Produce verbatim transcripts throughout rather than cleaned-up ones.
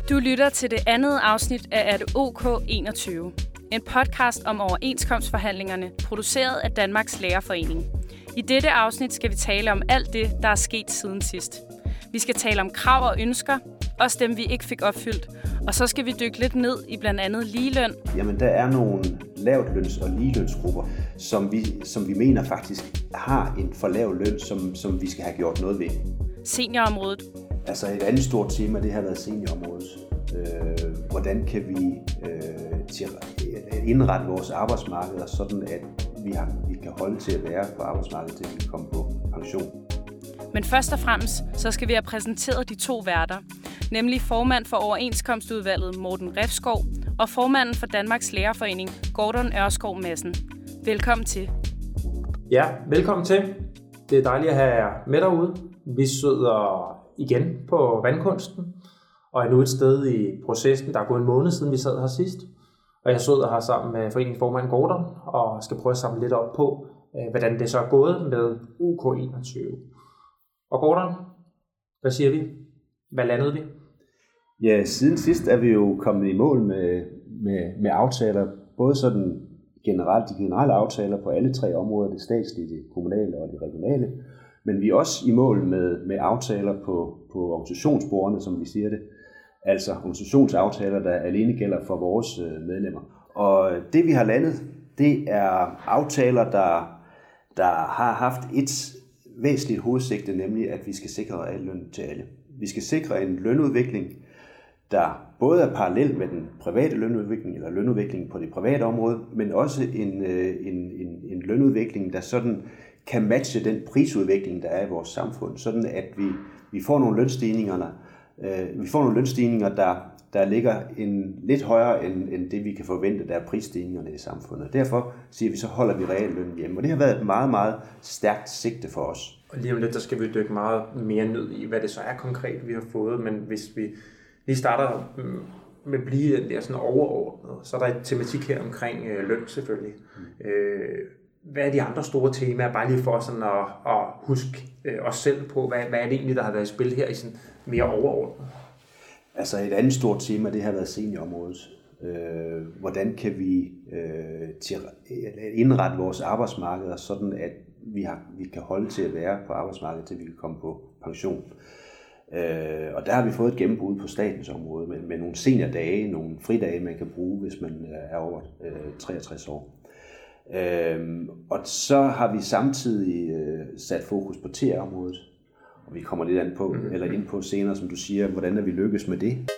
Du lytter til det andet afsnit af Er det OK enogtyve? En podcast om overenskomstforhandlingerne, produceret af Danmarks Lærerforening. I dette afsnit skal vi tale om alt det, der er sket siden sidst. Vi skal tale om krav og ønsker, også dem vi ikke fik opfyldt. Og så skal vi dykke lidt ned i blandt andet ligeløn. Jamen, der er nogle lavtløns- og ligelønsgrupper, som vi, som vi mener faktisk har en for lav løn, som, som vi skal have gjort noget ved. Seniorområdet. Altså et andet stort tema, det har været seniorområdet. Øh, hvordan kan vi øh, indrette vores arbejdsmarkeder, sådan at vi, har, vi kan holde til at være på arbejdsmarkedet, til vi kommer på pension. Men først og fremmest, så skal vi have præsenteret de to værter, nemlig formand for overenskomstudvalget Morten Refskov og formanden for Danmarks Lærerforening Gordon Ørskov Madsen. Velkommen til. Ja, velkommen til. Det er dejligt at have jer med derude. Vi sidder igen på Vandkunsten, og er nu et sted i processen. Der er gået en måned siden, vi sad her sidst. Og jeg sidder her sammen med foreningens formand Gordon, og skal prøve at samle lidt op på, hvordan det så er gået med O K enogtyve. Og Gordon, hvad siger vi? Hvad landede vi? Ja, siden sidst er vi jo kommet i mål med, med, med aftaler, både sådan generelt, de generelle aftaler på alle tre områder, det statslige, det kommunale og det regionale, men vi er også i mål med, med aftaler på, på organisationsbordene, som vi siger det, altså organisationsaftaler, der alene gælder for vores medlemmer. Og det vi har landet, det er aftaler, der, der har haft et væsentligt hovedsigte, nemlig at vi skal sikre realløn til alle. Vi skal sikre en lønudvikling, der både er parallel med den private lønudvikling, eller lønudviklingen på det private område, men også en, en, en, en lønudvikling, der sådan kan matche den prisudvikling, der er i vores samfund, sådan at vi, vi får nogle lønstigninger, øh, vi får nogle lønstigninger, der, der ligger en, lidt højere end, end det, vi kan forvente, der er prisstigningerne i samfundet. Derfor siger vi, så holder vi reallønnen hjemme, og det har været et meget, meget stærkt sigte for os. Og lige om lidt, der skal vi dykke meget mere ned i, hvad det så er konkret, vi har fået, men hvis vi lige starter med at blive den der sådan overordnet, så er der et tematik her omkring øh, løn selvfølgelig. Mm. Øh, hvad er de andre store temaer, bare lige for sådan at, at huske øh, os selv på, hvad, hvad er det egentlig, der har været i spil her i sådan mere overordnet? Altså et andet stort tema, det har været seniorområdet. Øh, hvordan kan vi øh, til, indrette vores arbejdsmarkeder, sådan at vi, har, vi kan holde til at være på arbejdsmarkedet, til vi kan komme på pension. Øh, og der har vi fået et gennembrud på statens område med, med nogle seniordage, nogle fridage, man kan bruge, hvis man er over øh, treogtres år. Øh, og så har vi samtidig øh, sat fokus på T R-området, og vi kommer lidt an på, mm-hmm. eller ind på senere, som du siger, hvordan er vi lykkes med det.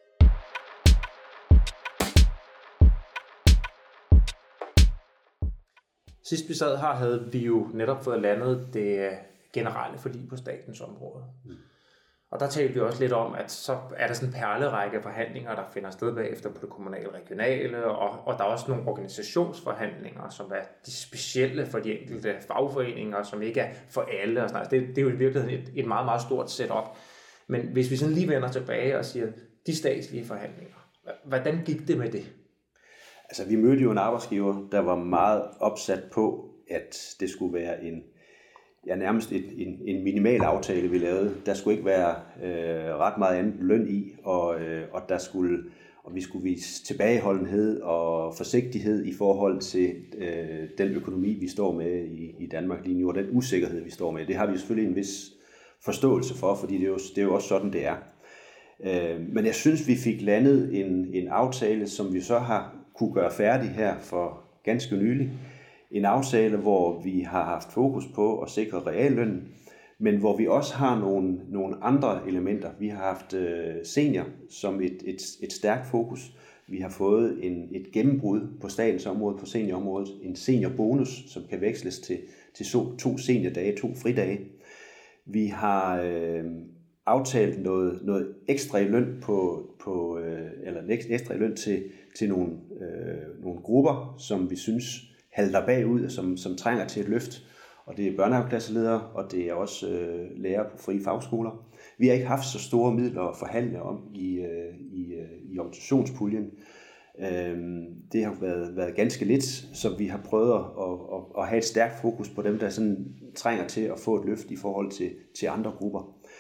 Sidst vi sad her, havde vi jo netop fået landet det generelle forlig på statens område. Mm. Og der talte vi også lidt om, at så er der sådan en perlerække af forhandlinger, der finder sted bagefter på det kommunale og regionale, og, og der er også nogle organisationsforhandlinger, som er de specielle for de enkelte fagforeninger, som ikke er for alle. Og sådan. Det, det er jo i virkeligheden et, et meget, meget stort setup. Men hvis vi sådan lige vender tilbage og siger, de statslige forhandlinger, hvordan gik det med det? Altså, vi mødte jo en arbejdsgiver, der var meget opsat på, at det skulle være en Ja, nærmest et, en, en minimal aftale, vi lavede. Der skulle ikke være øh, ret meget andet løn i, og, øh, og, der skulle, og vi skulle vise tilbageholdenhed og forsigtighed i forhold til øh, den økonomi, vi står med i, i Danmark lige nu, og den usikkerhed, vi står med. Det har vi selvfølgelig en vis forståelse for, fordi det er jo, det er jo også sådan, det er. Øh, men jeg synes, vi fik landet en, en aftale, som vi så har kunne gøre færdig her for ganske nylig. En aftale, hvor vi har haft fokus på at sikre reallønnen, men hvor vi også har nogle, nogle andre elementer. Vi har haft øh, senior som et, et, et stærkt fokus. Vi har fået en, et gennembrud på statens område, på seniorområdet. En seniorbonus, som kan veksles til, til so, to seniordage, to fridage. Vi har øh, aftalt noget, noget ekstra i løn på, på øh, eller ekstra i løn til, til nogle, øh, nogle grupper, som vi synes halter bagud, som, som trænger til et løft. Og det er børnehaveklasseledere, og det er også øh, lærere på frie fagskoler. Vi har ikke haft så store midler at forhandle om i, øh, i, øh, i organisationspuljen. Øh, det har været, været ganske lidt, så vi har prøvet at, at, at have et stærkt fokus på dem, der sådan trænger til at få et løft i forhold til, til andre grupper.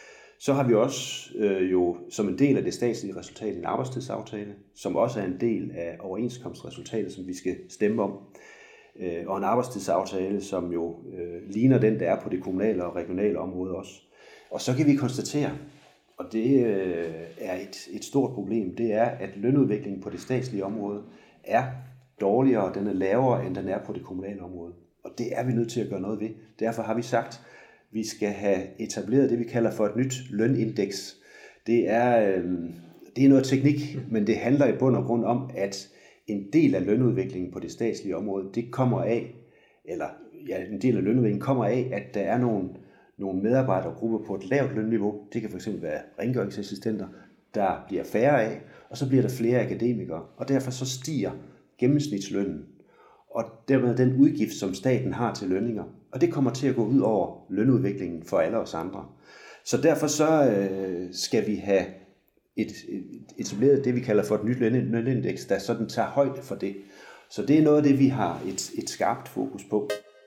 Så har vi også øh, jo som en del af det statslige resultat en arbejdstidsaftale, som også er en del af overenskomstresultatet, som vi skal stemme om. Øh, og en arbejdstidsaftale, som jo øh, ligner den, der er på det kommunale og regionale område også. Og så kan vi konstatere, og det øh, er et, et stort problem, det er, at lønudviklingen på det statslige område er dårligere, og den er lavere, end den er på det kommunale område. Og det er vi nødt til at gøre noget ved. Derfor har vi sagt, at vi skal have etableret det, vi kalder for et nyt lønindeks. Det er, øh, det er noget teknik, men det handler i bund og grund om, at en del af lønudviklingen på det statslige område, det kommer af, eller ja, en del af lønudviklingen kommer af, at der er nogle, nogle medarbejdergrupper på et lavt lønniveau. Det kan fx være rengøringsassistenter, der bliver færre af, og så bliver der flere akademikere, og derfor så stiger gennemsnitslønnen, og dermed den udgift, som staten har til lønninger. Og det kommer til at gå ud over lønudviklingen for alle os andre. Så derfor så øh, skal vi have et, et, etableret det, vi kalder for et nyt lønindeks, der sådan tager højde for det. Så det er noget af det, vi har et, et skarpt fokus på.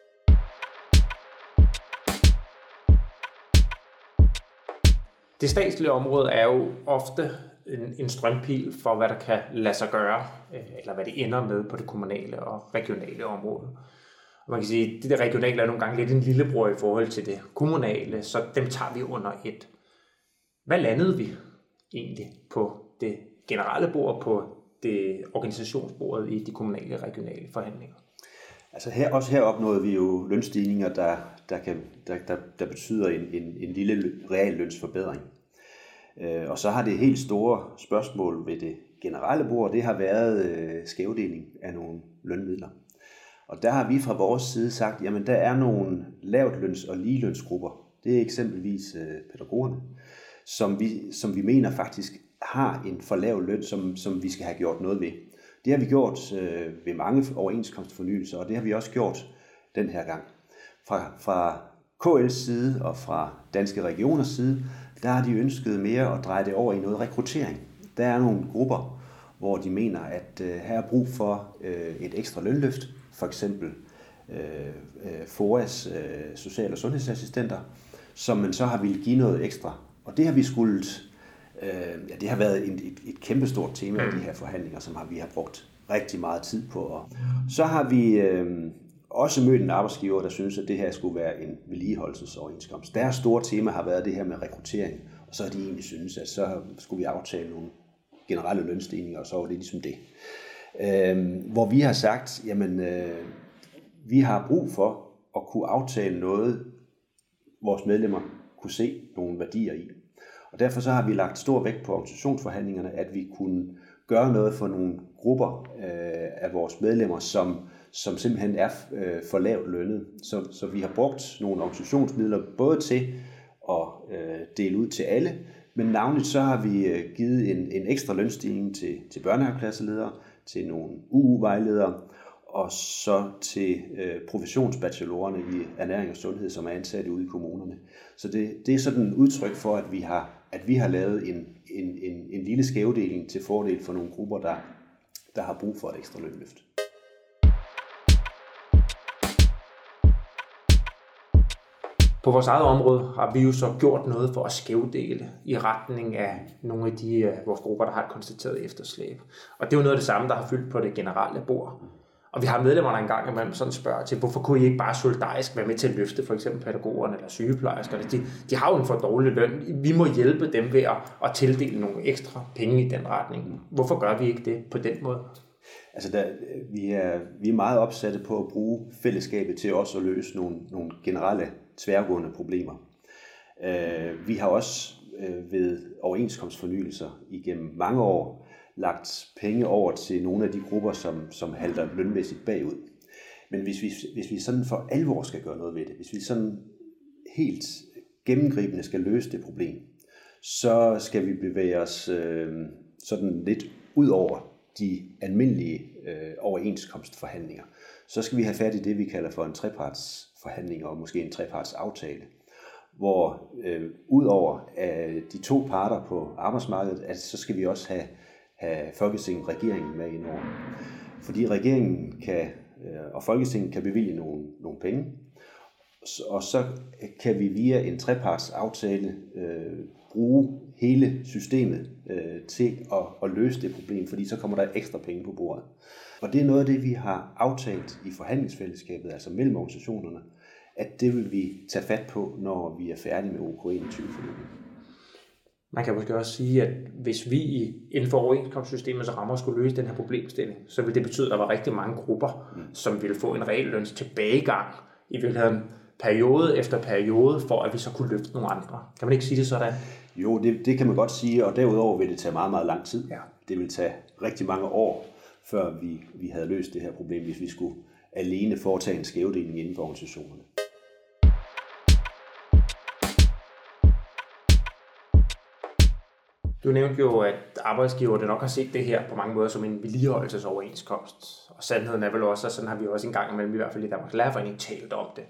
Det statslige område er jo ofte en, en strømpil for, hvad der kan lade sig gøre, eller hvad det ender med på det kommunale og regionale område. Og man kan sige, at det der regionale er nogle gange lidt en lillebror i forhold til det kommunale, så dem tager vi under et. Hvad landede vi egentlig på det generelle bord, på det organisationsbordet i de kommunale og regionale forhandlinger? Altså her, også her opnåede vi jo lønstigninger, der, der, kan, der, der, der betyder en, en, en lille reallønsforbedring. Øh, og så har det helt store spørgsmål ved det generelle bord, det har været øh, skævdeling af nogle lønmidler. Og der har vi fra vores side sagt, jamen der er nogle lavtløns- og ligelønsgrupper. Det er eksempelvis øh, pædagogerne, som vi, som vi mener faktisk har en for lav løn, som, som vi skal have gjort noget ved. Det har vi gjort øh, ved mange overenskomstfornyelser, og det har vi også gjort den her gang. Fra, fra K L's side og fra Danske Regioners side, der har de ønsket mere at dreje det over i noget rekruttering. Der er nogle grupper, hvor de mener, at øh, her er brug for øh, et ekstra lønløft, for eksempel øh, øh, F O A's øh, social- og sundhedsassistenter, som man så har ville give noget ekstra. Og det har vi skulle, øh, ja, det har været et, et, et kæmpestort tema i de her forhandlinger, som har, vi har brugt rigtig meget tid på. Og så har vi øh, også mødt en arbejdsgiver, der synes, at det her skulle være en vedligeholdelsesoverenskomst. Deres store tema har været det her med rekruttering, og så har de egentlig synes, at så skulle vi aftale nogle generelle lønstigninger, og så var det ligesom det. Øh, hvor vi har sagt, jamen øh, vi har brug for at kunne aftale noget, vores medlemmer kunne se nogle værdier i. Og derfor så har vi lagt stor vægt på organisationsforhandlingerne, at vi kunne gøre noget for nogle grupper øh, af vores medlemmer, som, som simpelthen er øh, for lavt lønnet. Så, så vi har brugt nogle organisationsmidler både til at øh, dele ud til alle, men navnligt så har vi øh, givet en, en ekstra lønstigning til, til børnehaveklasseledere, til nogle U U-vejledere, og så til øh, professionsbachelorerne i ernæring og sundhed, som er ansatte ude i kommunerne. Så det, det er sådan et udtryk for, at vi har, at vi har lavet en, en, en, en lille skævdeling til fordel for nogle grupper, der, der har brug for et ekstra lønløft. På vores eget område har vi jo så gjort noget for at skævdele i retning af nogle af de af vores grupper, der har et konstateret efterslæb. Og det er jo noget af det samme, der har fyldt på det generelle bord. Og vi har medlemmer, der engang imellem sådan spørger til, hvorfor kunne I ikke bare solidarisk være med til at løfte for eksempel pædagogerne eller sygeplejerskerne? De, de har jo en for dårlig løn. Vi må hjælpe dem ved at, at tildele nogle ekstra penge i den retning. Hvorfor gør vi ikke det på den måde? Altså der, vi, er, vi er meget opsatte på at bruge fællesskabet til også at løse nogle, nogle generelle tværgående problemer. Uh, vi har også uh, ved overenskomstfornyelser igennem mange år lagt penge over til nogle af de grupper, som, som halter lønmæssigt bagud. Men hvis vi, hvis vi sådan for alvor skal gøre noget ved det, hvis vi sådan helt gennemgribende skal løse det problem, så skal vi bevæge os øh, sådan lidt ud over de almindelige øh, overenskomstforhandlinger. Så skal vi have fat i det, vi kalder for en trepartsforhandling og måske en trepartsaftale, hvor øh, ud over øh, de to parter på arbejdsmarkedet, altså, så skal vi også have have Folketinget, regeringen med ind over. Fordi regeringen kan, og Folketinget kan bevilge nogle, nogle penge, og så kan vi via en trepartsaftale øh, bruge hele systemet øh, til at, at løse det problem, fordi så kommer der ekstra penge på bordet. Og det er noget af det, vi har aftalt i forhandlingsfællesskabet, altså mellem organisationerne, at det vil vi tage fat på, når vi er færdige med O K enogtyve-forløbet. Man kan måske også sige, at hvis vi inden for overenskomstsystemets rammer skulle løse den her problemstilling, så ville det betyde, at der var rigtig mange grupper, mm. som ville få en reel løns tilbagegang i virkeligheden periode efter periode, for at vi så kunne løfte nogle andre. Kan man ikke sige det sådan? Jo, det, det kan man godt sige, og derudover vil det tage meget, meget lang tid. Ja. Det vil tage rigtig mange år, før vi, vi havde løst det her problem, hvis vi skulle alene foretage en skævdeling inden for organisationerne. Du nævnte jo, at arbejdsgiverne nok har set det her på mange måder som en vedligeholdelsesoverenskomst. Og sandheden er vel også, at sådan har vi også en gang imellem, i hvert fald i Danmarks Lærerforening, talt om det.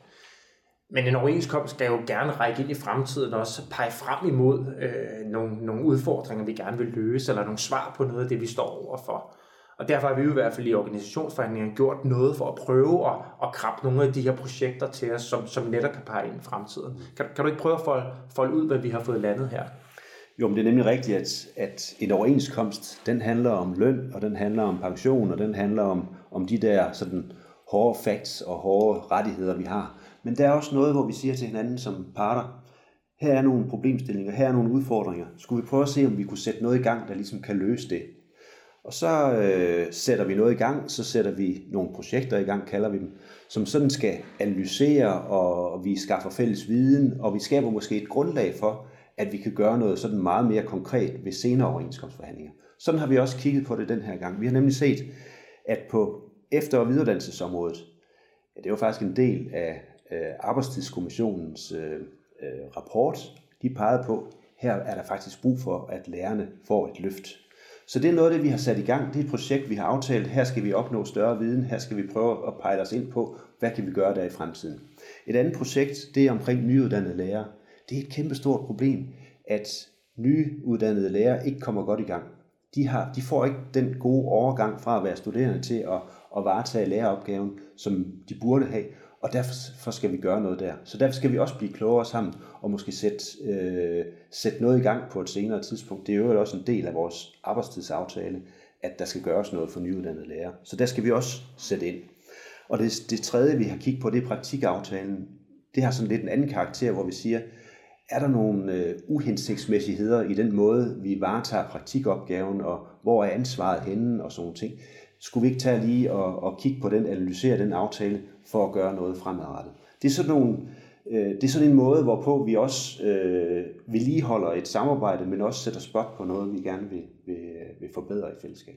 Men en overenskomst skal jo gerne række ind i fremtiden og også pege frem imod øh, nogle, nogle udfordringer, vi gerne vil løse, eller nogle svar på noget af det, vi står overfor. Og derfor har vi jo i hvert fald i organisationsforhandlingerne gjort noget for at prøve at, at krabbe nogle af de her projekter til os, som, som netop kan pege ind i fremtiden. Kan, kan du ikke prøve at folde, folde ud, hvad vi har fået landet her? Jo, men det er nemlig rigtigt, at, at en overenskomst, den handler om løn, og den handler om pension, og den handler om, om de der sådan hårde facts og hårde rettigheder, vi har. Men der er også noget, hvor vi siger til hinanden som parter, her er nogle problemstillinger, her er nogle udfordringer. Skulle vi prøve at se, om vi kunne sætte noget i gang, der ligesom kan løse det? Og så øh, sætter vi noget i gang, så sætter vi nogle projekter i gang, kalder vi dem, som sådan skal analysere, og, og vi skaffer fælles viden, og vi skaber måske et grundlag for, at vi kan gøre noget sådan meget mere konkret ved senere overenskomstforhandlinger. Sådan har vi også kigget på det den her gang. Vi har nemlig set, at på efter- og videreuddannelsesområdet, ja, det er jo faktisk en del af øh, Arbejdstidskommissionens øh, øh, rapport, de pegede på, her er der faktisk brug for, at lærerne får et løft. Så det er noget af det, vi har sat i gang. Det er et projekt, vi har aftalt. Her skal vi opnå større viden. Her skal vi prøve at pege os ind på, hvad kan vi gøre der i fremtiden. Et andet projekt, det er omkring nyuddannede lærere. Det er et kæmpestort problem, at nyuddannede lærere ikke kommer godt i gang. De, har, de får ikke den gode overgang fra at være studerende til at, at varetage læreropgaven, som de burde have, og derfor skal vi gøre noget der. Så derfor skal vi også blive klogere sammen og måske sætte, øh, sætte noget i gang på et senere tidspunkt. Det er jo også en del af vores arbejdstidsaftale, at der skal gøres noget for nyuddannede lærere. Så der skal vi også sætte ind. Og det, det tredje, vi har kigget på, det er praktikaftalen. Det har sådan lidt en anden karakter, hvor vi siger, er der nogle øh, uhensigtsmæssigheder i den måde, vi varetager praktikopgaven, og hvor er ansvaret henne og sådan nogle ting. Skulle vi ikke tage lige og, og kigge på den, analysere den aftale, for at gøre noget fremadrettet. Det er sådan, nogle, øh, det er sådan en måde, hvorpå vi også øh, vedligeholder et samarbejde, men også sætter spot på noget, vi gerne vil, vil, vil forbedre i fællesskab.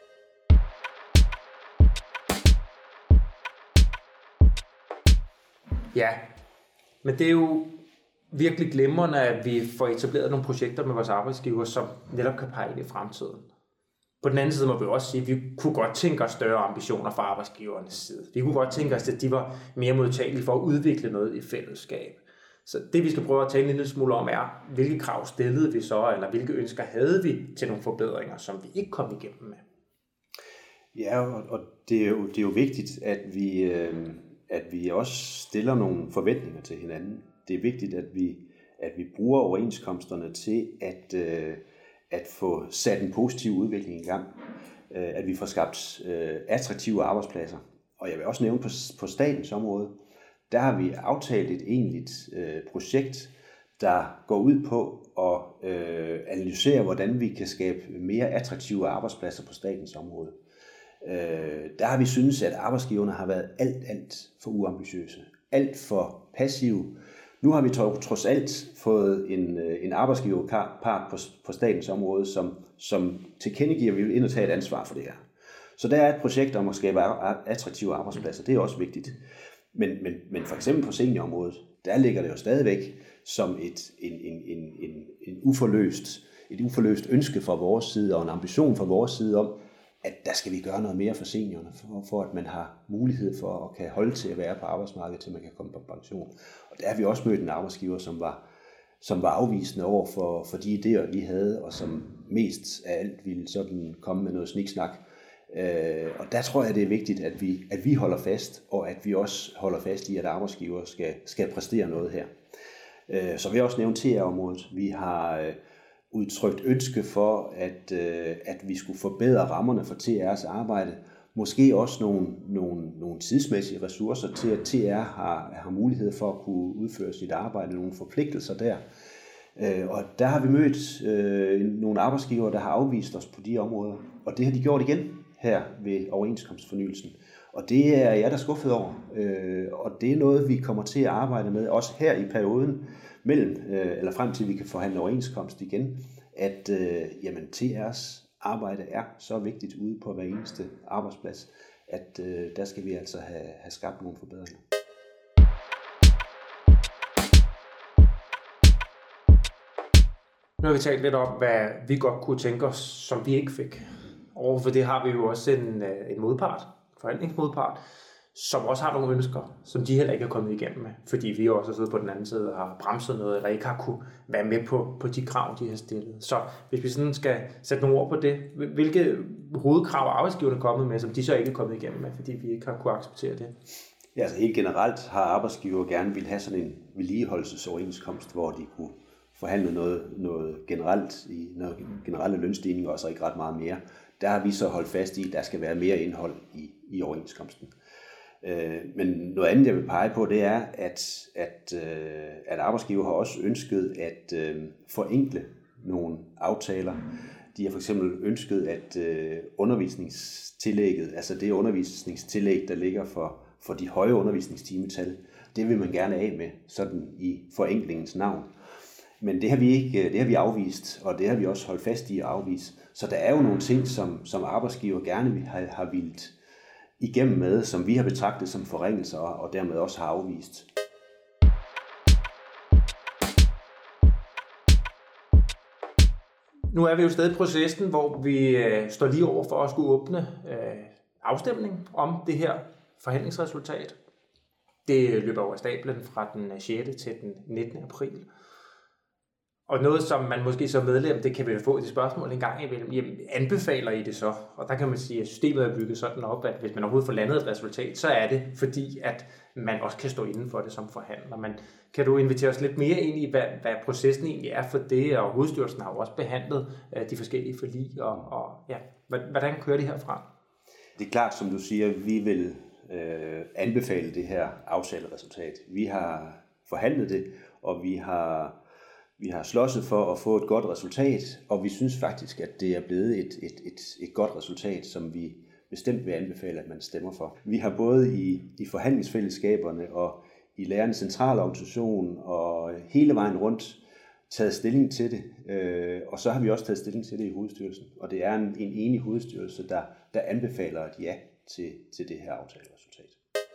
Ja, men det er jo virkelig glimrende, at vi får etableret nogle projekter med vores arbejdsgiver, som netop kan pege ind i fremtiden. På den anden side må vi også sige, at vi kunne godt tænke os større ambitioner fra arbejdsgivernes side. Vi kunne godt tænke os, at de var mere modtagelige for at udvikle noget i fællesskab. Så det vi skal prøve at tale en lille smule om er, hvilke krav stillede vi så, eller hvilke ønsker havde vi til nogle forbedringer, som vi ikke kom igennem med. Ja, og det er jo, det er jo vigtigt, at vi, øh, at vi også stiller nogle forventninger til hinanden. Det er vigtigt, at vi, at vi bruger overenskomsterne til at, øh, at få sat en positiv udvikling i gang. Øh, at vi får skabt øh, attraktive arbejdspladser. Og jeg vil også nævne på, på statens område, der har vi aftalt et egentligt øh, projekt, der går ud på at øh, analysere, hvordan vi kan skabe mere attraktive arbejdspladser på statens område. Øh, der har vi synes, at arbejdsgiverne har været alt, alt for uambitiøse, alt for passive. Nu har vi trods alt fået en, en arbejdsgiverpart på, på statens område, som, som tilkendegiver, at vi vil ind og tage et ansvar for det her. Så der er et projekt om at skabe attraktive arbejdspladser, det er også vigtigt. Men, men, men for eksempel på seniorområdet, der ligger det jo stadigvæk som et, en, en, en, en, en uforløst, et uforløst ønske fra vores side, og en ambition fra vores side om, at der skal vi gøre noget mere for seniorerne, for, for at man har mulighed for at kan holde til at være på arbejdsmarkedet, til man kan komme på pension. Og der har vi også mødt en arbejdsgiver, som var, som var afvisende over for, for de idéer, vi havde, og som mest af alt ville sådan komme med noget sniksnak. Øh, og der tror jeg, det er vigtigt, at vi, at vi holder fast, og at vi også holder fast i, at arbejdsgiver skal, skal præstere noget her. Så vil jeg også nævne T R-området. Vi har udtrykt ønske for, at, at vi skulle forbedre rammerne for T R's arbejde. Måske også nogle, nogle, nogle tidsmæssige ressourcer til, at T R har, har mulighed for at kunne udføre sit arbejde, nogle forpligtelser der. Og der har vi mødt øh, nogle arbejdsgivere, der har afvist os på de områder, og det har de gjort igen her ved overenskomstfornyelsen. Og det er jeg da skuffet over, øh, og det er noget, vi kommer til at arbejde med, også her i perioden, mellem, øh, eller frem til vi kan forhandle overenskomst igen, at øh, jamen, T R's arbejde er så vigtigt ude på hver eneste arbejdsplads, at øh, der skal vi altså have, have skabt nogle forbedringer. Nu har vi talt lidt om, hvad vi godt kunne tænke os, som vi ikke fik. Overfor det har vi jo også en, en modpart, forhandlingsmodpart, som også har nogle ønsker, som de heller ikke er kommet igennem med, fordi vi også har siddet på den anden side og har bremset noget, eller ikke har kunne være med på, på de krav, de har stillet. Så hvis vi sådan skal sætte nogle ord på det, hvilke hovedkrav arbejdsgiverne er kommet med, som de så ikke er kommet igennem med, fordi vi ikke har kunne acceptere det? Ja, altså helt generelt har arbejdsgiver gerne vil have sådan en vedligeholdelsesoverenskomst, hvor de kunne forhandle noget, noget generelt i noget generelle lønstigninger, og så ikke ret meget mere. Der har vi så holdt fast i, at der skal være mere indhold i, i overenskomsten. Øh, men noget andet, jeg vil pege på, det er, at, at, øh, at arbejdsgiver har også ønsket at øh, forenkle nogle aftaler. De har for eksempel ønsket, at øh, undervisningstillægget, altså det undervisningstillæg, der ligger for, for de høje undervisningstimetal, det vil man gerne af med, sådan i forenklingens navn. Men det har vi ikke, det har vi afvist, og det har vi også holdt fast i at afvise. Så der er jo nogle ting, som, som arbejdsgiver gerne har, har vildt igennem med, som vi har betragtet som forringelser, og dermed også har afvist. Nu er vi jo stadig i processen, hvor vi øh, står lige over for at skulle åbne øh, afstemning om det her forhandlingsresultat. Det løber over stablen fra den sjette til den nittende april. Og noget, som man måske som medlem, det kan vi få et spørgsmål en gang imellem, jamen, anbefaler I det så? Og der kan man sige, at systemet er bygget sådan op, at hvis man overhovedet får landet et resultat, så er det fordi, at man også kan stå inden for det som forhandler. Men kan du invitere os lidt mere ind i, hvad, hvad processen egentlig er for det? Og hovedstyrelsen har jo også behandlet uh, de forskellige forlig, og, og ja, hvordan kører det herfra? Det er klart, som du siger, vi vil øh, anbefale det her aftaleresultat. Vi har forhandlet det, og vi har Vi har slåsset for at få et godt resultat, og vi synes faktisk, at det er blevet et, et, et, et godt resultat, som vi bestemt vil anbefale, at man stemmer for. Vi har både i, i forhandlingsfællesskaberne og i lærernes centralorganisation og hele vejen rundt taget stilling til det, øh, og så har vi også taget stilling til det i hovedstyrelsen. Og det er en, en enig hovedstyrelse, der, der anbefaler et ja til, til det her aftaleresultat.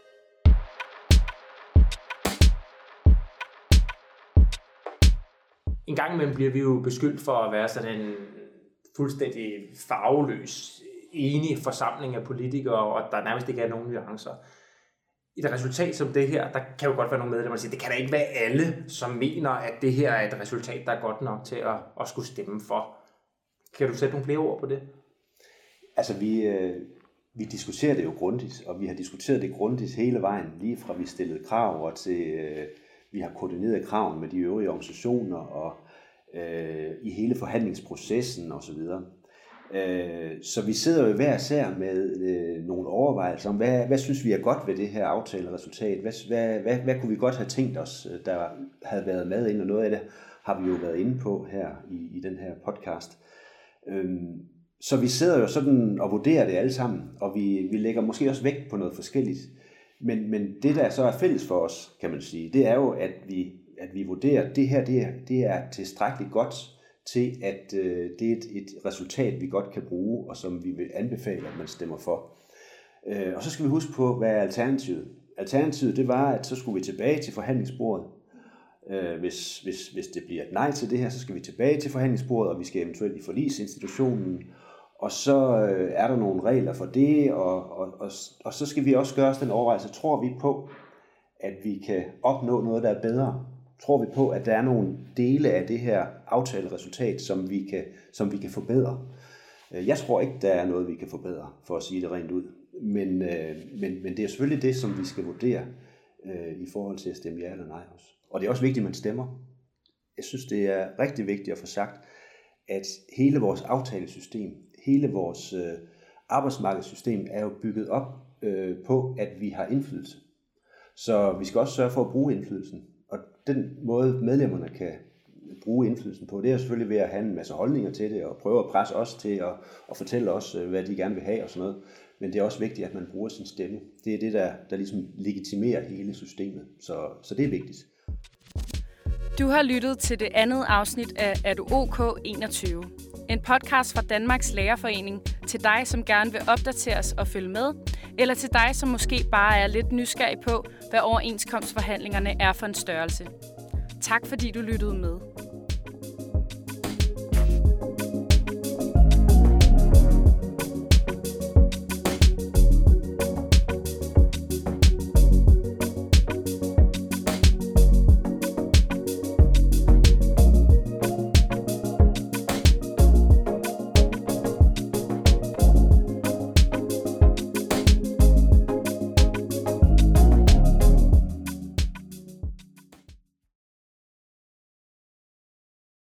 En gang imellem bliver vi jo beskyldt for at være sådan en fuldstændig farveløs, enig forsamling af politikere, og der nærmest ikke er nogen nuancer. I et resultat som det her, der kan jo godt være nogle medlemmer, der siger, det kan da ikke være alle, som mener, at det her er et resultat, der er godt nok til at, at skulle stemme for. Kan du sætte nogle flere ord på det? Altså, vi, øh, vi diskuterer det jo grundigt, og vi har diskuteret det grundigt hele vejen, lige fra vi stillede krav og til... Øh, Vi har koordineret kraven med de øvrige organisationer og øh, i hele forhandlingsprocessen osv. Øh, så vi sidder jo hver især med øh, nogle overvejelser om, hvad, hvad synes vi er godt ved det her aftaleresultat? Hvad, hvad, hvad, hvad kunne vi godt have tænkt os, der havde været med ind, og noget af det har vi jo været inde på her i, i den her podcast. Øh, så vi sidder jo sådan og vurderer det alle sammen, og vi, vi lægger måske også vægt på noget forskelligt. Men, men det, der så er fælles for os, kan man sige, det er jo, at vi, at vi vurderer, at det her det er, det er tilstrækkeligt godt til, at øh, det er et, et resultat, vi godt kan bruge, og som vi vil anbefale, at man stemmer for. Øh, og så skal vi huske på, hvad er alternativet? Alternativet, det var, at så skulle vi tilbage til forhandlingsbordet. Øh, hvis, hvis, hvis det bliver et nej til det her, så skal vi tilbage til forhandlingsbordet, og vi skal eventuelt i forligsinstitutionen. Og så øh, er der nogle regler for det, og, og, og, og så skal vi også gøre os den overvejelse. Tror vi på, at vi kan opnå noget, der er bedre? Tror vi på, at der er nogle dele af det her aftaleresultat, som vi kan, som vi kan forbedre? Jeg tror ikke, der er noget, vi kan forbedre, for at sige det rent ud. Men, øh, men, men det er selvfølgelig det, som vi skal vurdere øh, i forhold til at stemme ja eller nej også. Og det er også vigtigt, at man stemmer. Jeg synes, det er rigtig vigtigt at få sagt, at hele vores aftalesystem, hele vores øh, arbejdsmarkedssystem er jo bygget op øh, på, at vi har indflydelse. Så vi skal også sørge for at bruge indflydelsen. Og den måde, medlemmerne kan bruge indflydelsen på, det er selvfølgelig ved at have en masse holdninger til det, og prøve at presse os til at, at fortælle os, hvad de gerne vil have og sådan noget. Men det er også vigtigt, at man bruger sin stemme. Det er det, der, der ligesom legitimerer hele systemet. Så, så det er vigtigt. Du har lyttet til det andet afsnit af Er du O K enogtyve? En podcast fra Danmarks Lærerforening til dig, som gerne vil opdateres og følge med, eller til dig, som måske bare er lidt nysgerrig på, hvad overenskomstforhandlingerne er for en størrelse. Tak fordi du lyttede med.